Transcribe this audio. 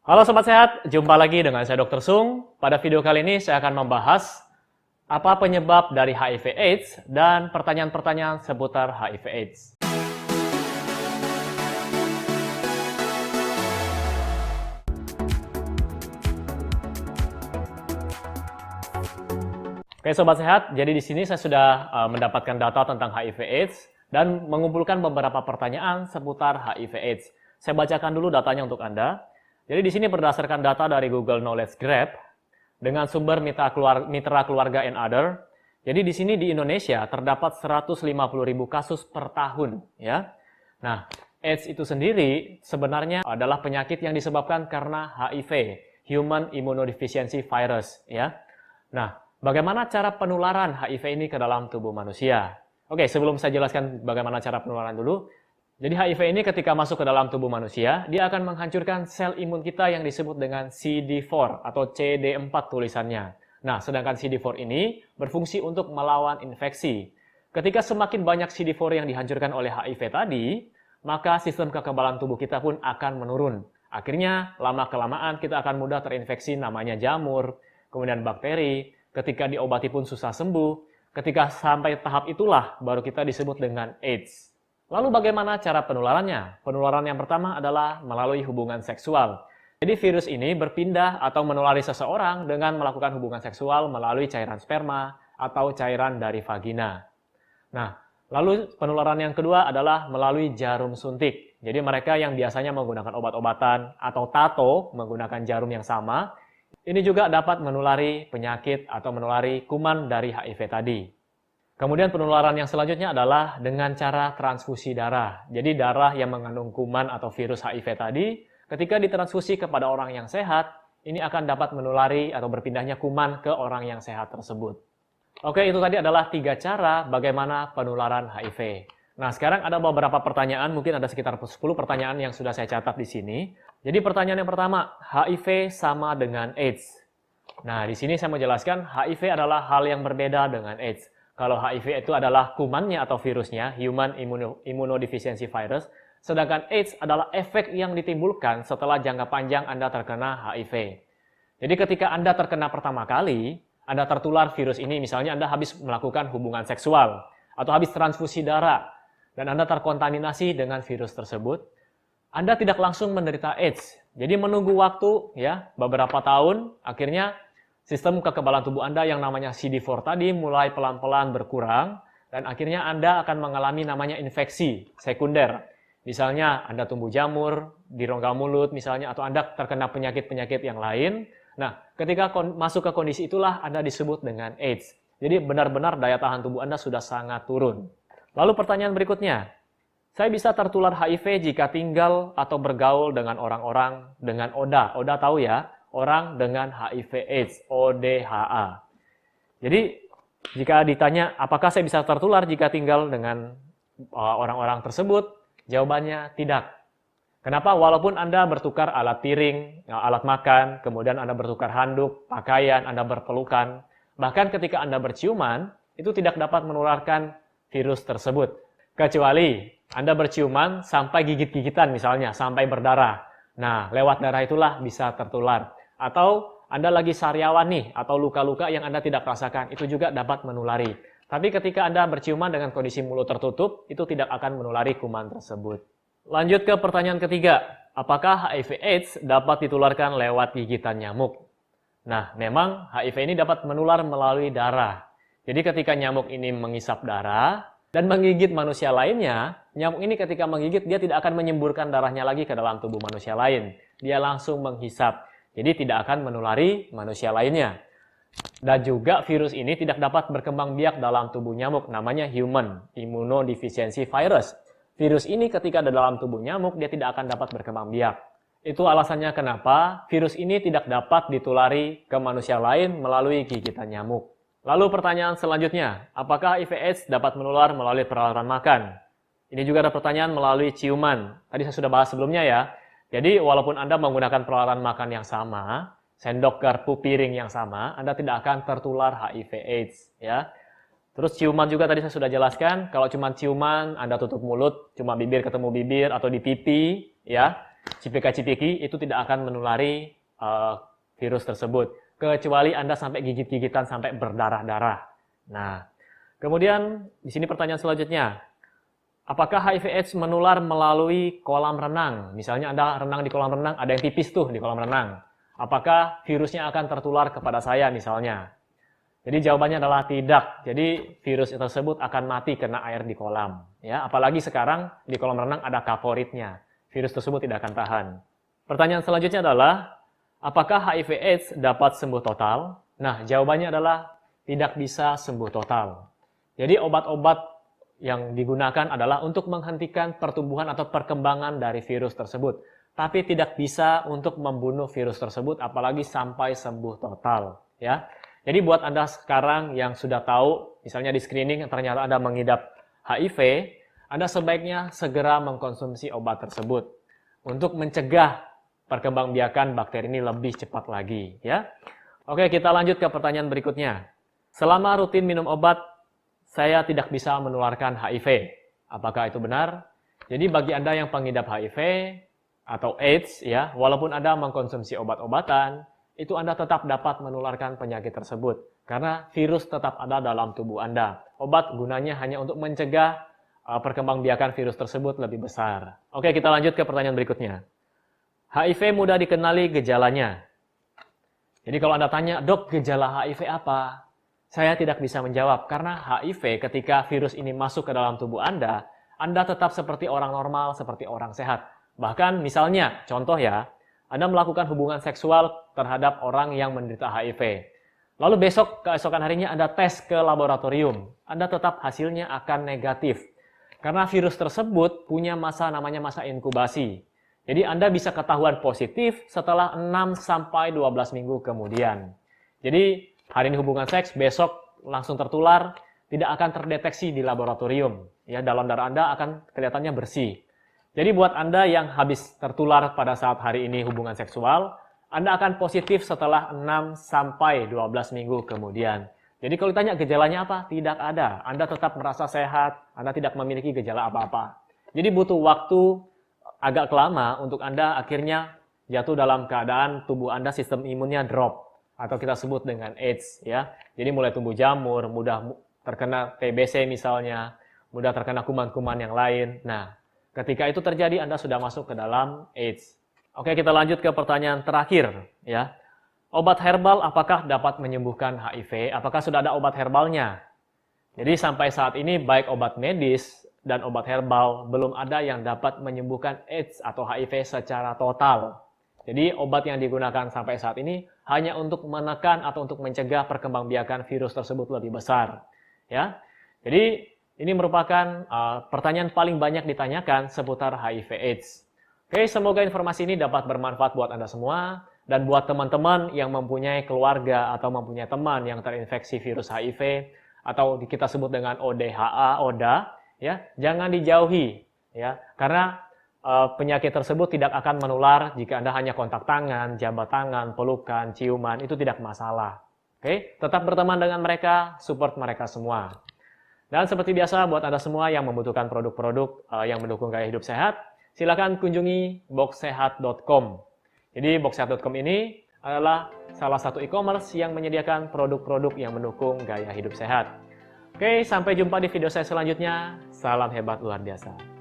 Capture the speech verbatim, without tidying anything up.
Halo Sobat Sehat, jumpa lagi dengan saya dokter Sung. Pada video kali ini saya akan membahas apa penyebab dari H I V AIDS dan pertanyaan-pertanyaan seputar H I V AIDS. Oke Sobat Sehat, jadi di sini saya sudah uh, mendapatkan data tentang H I V AIDS dan mengumpulkan beberapa pertanyaan seputar H I V AIDS. Saya bacakan dulu datanya untuk Anda. Jadi di sini berdasarkan data dari Google Knowledge Graph dengan sumber mitra keluarga, mitra keluarga and other. Jadi di sini di Indonesia terdapat seratus lima puluh ribu kasus per tahun, ya. Nah, AIDS itu sendiri sebenarnya adalah penyakit yang disebabkan karena H I V, Human Immunodeficiency Virus, ya. Nah, bagaimana cara penularan H I V ini ke dalam tubuh manusia? Oke, sebelum saya jelaskan bagaimana cara penularan dulu. Jadi H I V ini ketika masuk ke dalam tubuh manusia, dia akan menghancurkan sel imun kita yang disebut dengan C D four atau C D four tulisannya. Nah, sedangkan C D four ini berfungsi untuk melawan infeksi. Ketika semakin banyak C D four yang dihancurkan oleh H I V tadi, maka sistem kekebalan tubuh kita pun akan menurun. Akhirnya, lama-kelamaan kita akan mudah terinfeksi namanya jamur, kemudian bakteri, ketika diobati pun susah sembuh. Ketika sampai tahap itulah, baru kita disebut dengan AIDS. Lalu bagaimana cara penularannya? Penularan yang pertama adalah melalui hubungan seksual. Jadi virus ini berpindah atau menulari seseorang dengan melakukan hubungan seksual melalui cairan sperma atau cairan dari vagina. Nah, lalu penularan yang kedua adalah melalui jarum suntik. Jadi mereka yang biasanya menggunakan obat-obatan atau tato menggunakan jarum yang sama, ini juga dapat menulari penyakit atau menulari kuman dari H I V tadi. Kemudian penularan yang selanjutnya adalah dengan cara transfusi darah. Jadi darah yang mengandung kuman atau virus H I V tadi, ketika ditransfusi kepada orang yang sehat, ini akan dapat menulari atau berpindahnya kuman ke orang yang sehat tersebut. Oke, itu tadi adalah tiga cara bagaimana penularan H I V. Nah, sekarang ada beberapa pertanyaan, mungkin ada sekitar sepuluh pertanyaan yang sudah saya catat di sini. Jadi pertanyaan yang pertama, H I V sama dengan AIDS. Nah, di sini saya mau jelaskan H I V adalah hal yang berbeda dengan AIDS. Kalau H I V itu adalah kumannya atau virusnya, Human Immunodeficiency Virus, sedangkan AIDS adalah efek yang ditimbulkan setelah jangka panjang Anda terkena H I V. Jadi ketika Anda terkena pertama kali, Anda tertular virus ini, misalnya Anda habis melakukan hubungan seksual, atau habis transfusi darah, dan Anda terkontaminasi dengan virus tersebut, Anda tidak langsung menderita AIDS. Jadi menunggu waktu, ya, beberapa tahun, akhirnya sistem kekebalan tubuh Anda yang namanya C D four tadi mulai pelan-pelan berkurang dan akhirnya Anda akan mengalami namanya infeksi sekunder. Misalnya Anda tumbuh jamur di rongga mulut misalnya atau Anda terkena penyakit-penyakit yang lain. Nah, ketika masuk ke kondisi itulah Anda disebut dengan AIDS. Jadi benar-benar daya tahan tubuh Anda sudah sangat turun. Lalu pertanyaan berikutnya, saya bisa tertular H I V jika tinggal atau bergaul dengan orang-orang dengan O D A. O D A tahu ya? Orang dengan H I V AIDS, O D H A. Jadi, jika ditanya apakah saya bisa tertular jika tinggal dengan orang-orang tersebut, jawabannya tidak. Kenapa? Walaupun Anda bertukar alat piring, alat makan, kemudian Anda bertukar handuk, pakaian, Anda berpelukan, bahkan ketika Anda berciuman, itu tidak dapat menularkan virus tersebut. Kecuali Anda berciuman sampai gigit-gigitan misalnya, sampai berdarah. Nah, lewat darah itulah bisa tertular. Atau Anda lagi sariawan nih, atau luka-luka yang Anda tidak rasakan, itu juga dapat menulari. Tapi ketika Anda berciuman dengan kondisi mulut tertutup, itu tidak akan menulari kuman tersebut. Lanjut ke pertanyaan ketiga, apakah H I V AIDS dapat ditularkan lewat gigitan nyamuk? Nah, memang H I V ini dapat menular melalui darah. Jadi ketika nyamuk ini menghisap darah, dan menggigit manusia lainnya, nyamuk ini ketika menggigit, dia tidak akan menyemburkan darahnya lagi ke dalam tubuh manusia lain. Dia langsung menghisap. Jadi tidak akan menulari manusia lainnya. Dan juga virus ini tidak dapat berkembang biak dalam tubuh nyamuk, namanya Human Immunodeficiency Virus. Virus ini ketika ada dalam tubuh nyamuk, dia tidak akan dapat berkembang biak. Itu alasannya kenapa virus ini tidak dapat ditulari ke manusia lain melalui gigitan nyamuk. Lalu pertanyaan selanjutnya, apakah H I V AIDS dapat menular melalui peralatan makan? Ini juga ada pertanyaan melalui ciuman. Tadi saya sudah bahas sebelumnya ya. Jadi walaupun Anda menggunakan peralatan makan yang sama, sendok, garpu, piring yang sama, Anda tidak akan tertular H I V AIDS. Ya. Terus ciuman juga tadi saya sudah jelaskan, kalau cuma ciuman, Anda tutup mulut, cuma bibir ketemu bibir atau di pipi, ya. cipika-cipiki itu tidak akan menulari uh, virus tersebut. Kecuali Anda sampai gigit-gigitan sampai berdarah-darah. Nah, kemudian di sini pertanyaan selanjutnya. Apakah H I V AIDS menular melalui kolam renang? Misalnya Anda renang di kolam renang, ada yang tipis tuh di kolam renang. Apakah virusnya akan tertular kepada saya misalnya? Jadi jawabannya adalah tidak. Jadi virus tersebut akan mati kena air di kolam. Ya, apalagi sekarang di kolam renang ada kaporitnya. Virus tersebut tidak akan tahan. Pertanyaan selanjutnya adalah, apakah H I V AIDS dapat sembuh total? Nah, jawabannya adalah tidak bisa sembuh total. Jadi obat-obat yang digunakan adalah untuk menghentikan pertumbuhan atau perkembangan dari virus tersebut. Tapi tidak bisa untuk membunuh virus tersebut, apalagi sampai sembuh total. Ya. Jadi buat Anda sekarang yang sudah tahu, misalnya di screening ternyata Anda mengidap H I V, Anda sebaiknya segera mengkonsumsi obat tersebut untuk mencegah perkembangbiakan bakteri ini lebih cepat lagi. Ya. Oke, kita lanjut ke pertanyaan berikutnya. Selama rutin minum obat, saya tidak bisa menularkan H I V. Apakah itu benar? Jadi bagi Anda yang pengidap H I V atau AIDS, ya, walaupun Anda mengkonsumsi obat-obatan, itu Anda tetap dapat menularkan penyakit tersebut. Karena virus tetap ada dalam tubuh Anda. Obat gunanya hanya untuk mencegah uh, perkembangbiakan virus tersebut lebih besar. Oke, kita lanjut ke pertanyaan berikutnya. H I V mudah dikenali gejalanya. Jadi kalau Anda tanya, dok, gejala H I V apa? Saya tidak bisa menjawab, karena H I V ketika virus ini masuk ke dalam tubuh Anda, Anda tetap seperti orang normal, seperti orang sehat. Bahkan misalnya, contoh ya, Anda melakukan hubungan seksual terhadap orang yang menderita H I V. Lalu besok, keesokan harinya Anda tes ke laboratorium. Anda tetap hasilnya akan negatif. Karena virus tersebut punya masa namanya masa inkubasi. Jadi Anda bisa ketahuan positif setelah enam sampai dua belas minggu kemudian. Jadi hari ini hubungan seks, besok langsung tertular, tidak akan terdeteksi di laboratorium. Ya, dalam darah Anda akan kelihatannya bersih. Jadi buat Anda yang habis tertular pada saat hari ini hubungan seksual, Anda akan positif setelah enam sampai dua belas minggu kemudian. Jadi kalau ditanya gejalanya apa? Tidak ada. Anda tetap merasa sehat, Anda tidak memiliki gejala apa-apa. Jadi butuh waktu agak lama untuk Anda akhirnya jatuh dalam keadaan tubuh Anda sistem imunnya drop. Atau kita sebut dengan AIDS, ya. Jadi mulai tumbuh jamur, mudah terkena T B C misalnya, mudah terkena kuman-kuman yang lain. Nah, ketika itu terjadi, Anda sudah masuk ke dalam AIDS. Oke, kita lanjut ke pertanyaan terakhir, ya. Obat herbal apakah dapat menyembuhkan H I V? Apakah sudah ada obat herbalnya? Jadi sampai saat ini baik obat medis dan obat herbal belum ada yang dapat menyembuhkan AIDS atau H I V secara total. Jadi obat yang digunakan sampai saat ini hanya untuk menekan atau untuk mencegah perkembangbiakan virus tersebut lebih besar. Ya, jadi ini merupakan uh, pertanyaan paling banyak ditanyakan seputar H I V AIDS. Oke, semoga informasi ini dapat bermanfaat buat Anda semua dan buat teman-teman yang mempunyai keluarga atau mempunyai teman yang terinfeksi virus H I V atau kita sebut dengan O D H A, O D A, ya, jangan dijauhi, ya, karena Uh, penyakit tersebut tidak akan menular jika Anda hanya kontak tangan, jabat tangan, pelukan, ciuman, itu tidak masalah. Oke, tetap berteman dengan mereka, support mereka semua. Dan seperti biasa, buat Anda semua yang membutuhkan produk-produk uh, yang mendukung gaya hidup sehat, silakan kunjungi box sehat dot com. Jadi box sehat dot com ini adalah salah satu e-commerce yang menyediakan produk-produk yang mendukung gaya hidup sehat. Oke, sampai jumpa di video saya selanjutnya. Salam hebat luar biasa.